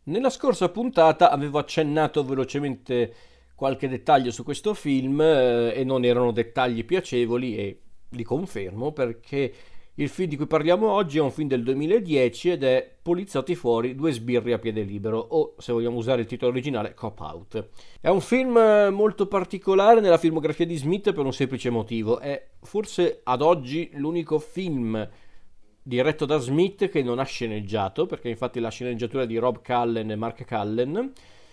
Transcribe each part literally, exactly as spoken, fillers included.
Nella scorsa puntata avevo accennato velocemente qualche dettaglio su questo film eh, e non erano dettagli piacevoli e li confermo perché il film di cui parliamo oggi è un film del duemiladieci ed è Poliziotti fuori, due sbirri a piede libero o, se vogliamo usare il titolo originale, Cop Out. È un film eh, molto particolare nella filmografia di Smith per un semplice motivo: è forse ad oggi l'unico film diretto da Smith che non ha sceneggiato, perché infatti la sceneggiatura è di Rob Cullen e Mark Cullen.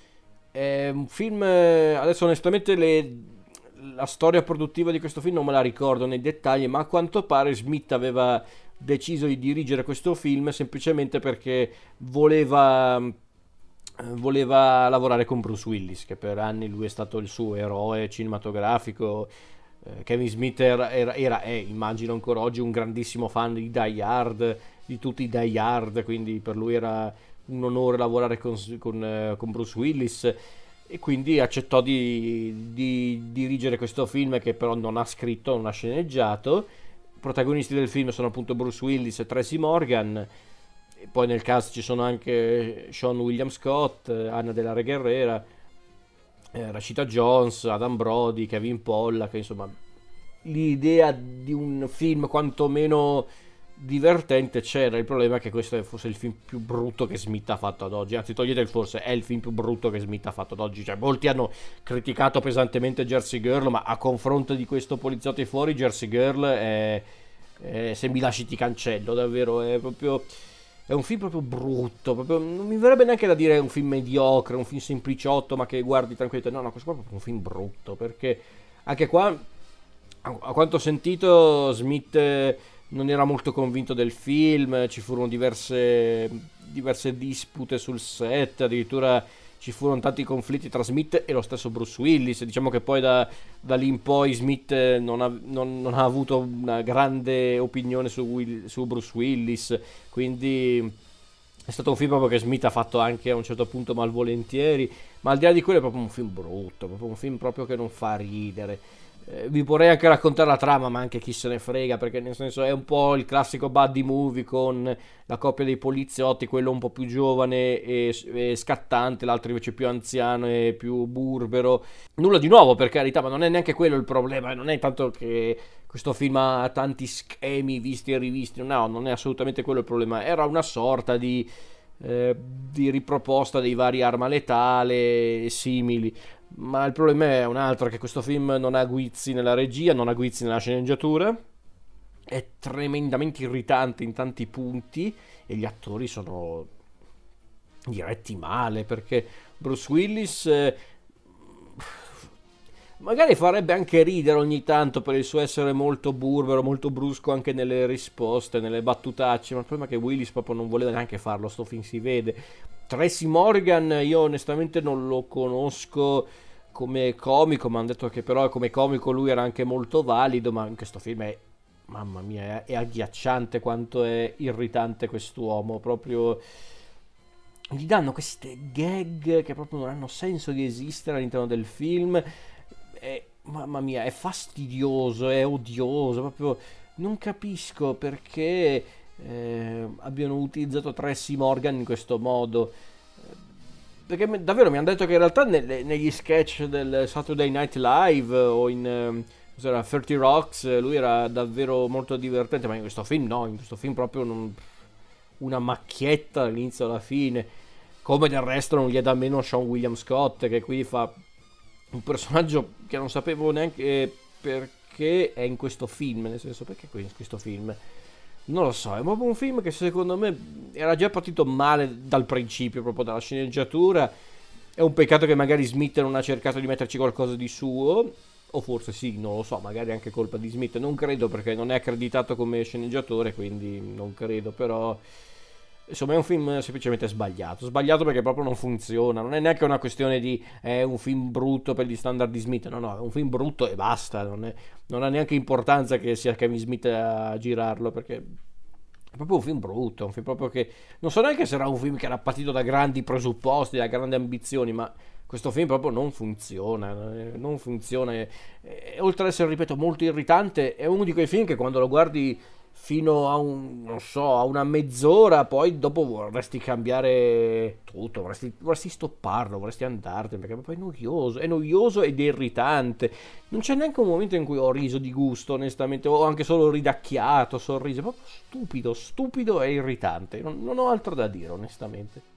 È un film, eh, adesso onestamente le, la storia produttiva di questo film non me la ricordo nei dettagli, ma a quanto pare Smith aveva deciso di dirigere questo film semplicemente perché voleva, eh, voleva lavorare con Bruce Willis, che per anni lui è stato il suo eroe cinematografico. Eh, Kevin Smith era, era, era è, immagino ancora oggi, un grandissimo fan di Die Hard, di tutti i Die Hard, quindi per lui era un onore lavorare con, con, eh, con Bruce Willis, e quindi accettò di, di dirigere questo film che però non ha scritto, non ha sceneggiato. I protagonisti del film sono appunto Bruce Willis e Tracy Morgan, e poi nel cast ci sono anche Sean William Scott, Anna de la Re Guerrera, eh, Rashida Jones, Adam Brody, Kevin Pollak. Insomma, l'idea di un film quantomeno divertente c'era. Il problema è che questo è forse il film più brutto che Smith ha fatto ad oggi, anzi togliete il forse, è il film più brutto che Smith ha fatto ad oggi. Cioè, molti hanno criticato pesantemente Jersey Girl, ma a confronto di questo Poliziotti fuori, Jersey Girl è, è se mi lasci ti cancello, davvero. È proprio, è un film proprio brutto, proprio, non mi verrebbe neanche da dire un film mediocre, un film sempliciotto ma che guardi tranquillamente. No, no, questo qua è proprio un film brutto, perché anche qua, a, a quanto ho sentito, Smith eh, non era molto convinto del film, ci furono diverse, diverse dispute sul set, addirittura ci furono tanti conflitti tra Smith e lo stesso Bruce Willis. Diciamo che poi da, da lì in poi Smith non ha, non, non ha avuto una grande opinione su, Will, su Bruce Willis, quindi è stato un film proprio che Smith ha fatto anche a un certo punto malvolentieri, ma al di là di quello è proprio un film brutto, proprio un film proprio che non fa ridere. Eh, vi vorrei anche raccontare la trama, ma anche chi se ne frega, perché nel senso è un po' il classico buddy movie con la coppia dei poliziotti, quello un po' più giovane e, e scattante, l'altro invece più anziano e più burbero. Nulla di nuovo, per carità, ma non è neanche quello il problema. Non è tanto che questo film ha tanti schemi visti e rivisti, no, non è assolutamente quello il problema. Era una sorta di eh, di riproposta dei vari Arma Letale e simili. Ma il problema è un altro: che questo film non ha guizzi nella regia, non ha guizzi nella sceneggiatura, è tremendamente irritante in tanti punti e gli attori sono diretti male, perché Bruce Willis eh, magari farebbe anche ridere ogni tanto per il suo essere molto burbero, molto brusco anche nelle risposte, nelle battutacce, ma il problema è che Willis proprio non voleva neanche farlo, sto film si vede. Tracy Morgan io onestamente non lo conosco come comico, mi hanno detto che però come comico lui era anche molto valido, ma in questo film è, mamma mia, è agghiacciante quanto è irritante quest'uomo. Proprio gli danno queste gag che proprio non hanno senso di esistere all'interno del film. È, mamma mia, è fastidioso, è odioso, proprio non capisco perché eh, abbiano utilizzato Tracy Morgan in questo modo, perché davvero mi hanno detto che in realtà nelle, negli sketch del Saturday Night Live o in eh, cos'era, thirty Rocks lui era davvero molto divertente, ma in questo film no, in questo film proprio non, una macchietta dall'inizio alla fine, come del resto non gli è da meno Sean William Scott, che qui fa un personaggio che non sapevo neanche perché è in questo film, nel senso, perché qui in questo film non lo so. È proprio un film che secondo me era già partito male dal principio, proprio dalla sceneggiatura. È un peccato che magari Smith non ha cercato di metterci qualcosa di suo, o forse sì, non lo so, magari anche colpa di Smith, non credo, perché non è accreditato come sceneggiatore, quindi non credo. Però insomma è un film semplicemente sbagliato, sbagliato perché proprio non funziona. Non è neanche una questione di è un film brutto per gli standard di Smith, no no, è un film brutto e basta. Non, è, non ha neanche importanza che sia Kevin Smith a girarlo, perché è proprio un film brutto, è un film proprio che non so neanche se era un film che era partito da grandi presupposti, da grandi ambizioni, ma questo film proprio non funziona, non funziona. E, e, oltre ad essere, ripeto, molto irritante, è uno di quei film che quando lo guardi fino a un, non so, a una mezz'ora, poi dopo vorresti cambiare tutto, vorresti, vorresti stopparlo, vorresti andartene, perché poi è noioso, è noioso ed irritante. Non c'è neanche un momento in cui ho riso di gusto, onestamente, o anche solo ridacchiato, sorriso, è proprio stupido, stupido e irritante. Non, non ho altro da dire, onestamente.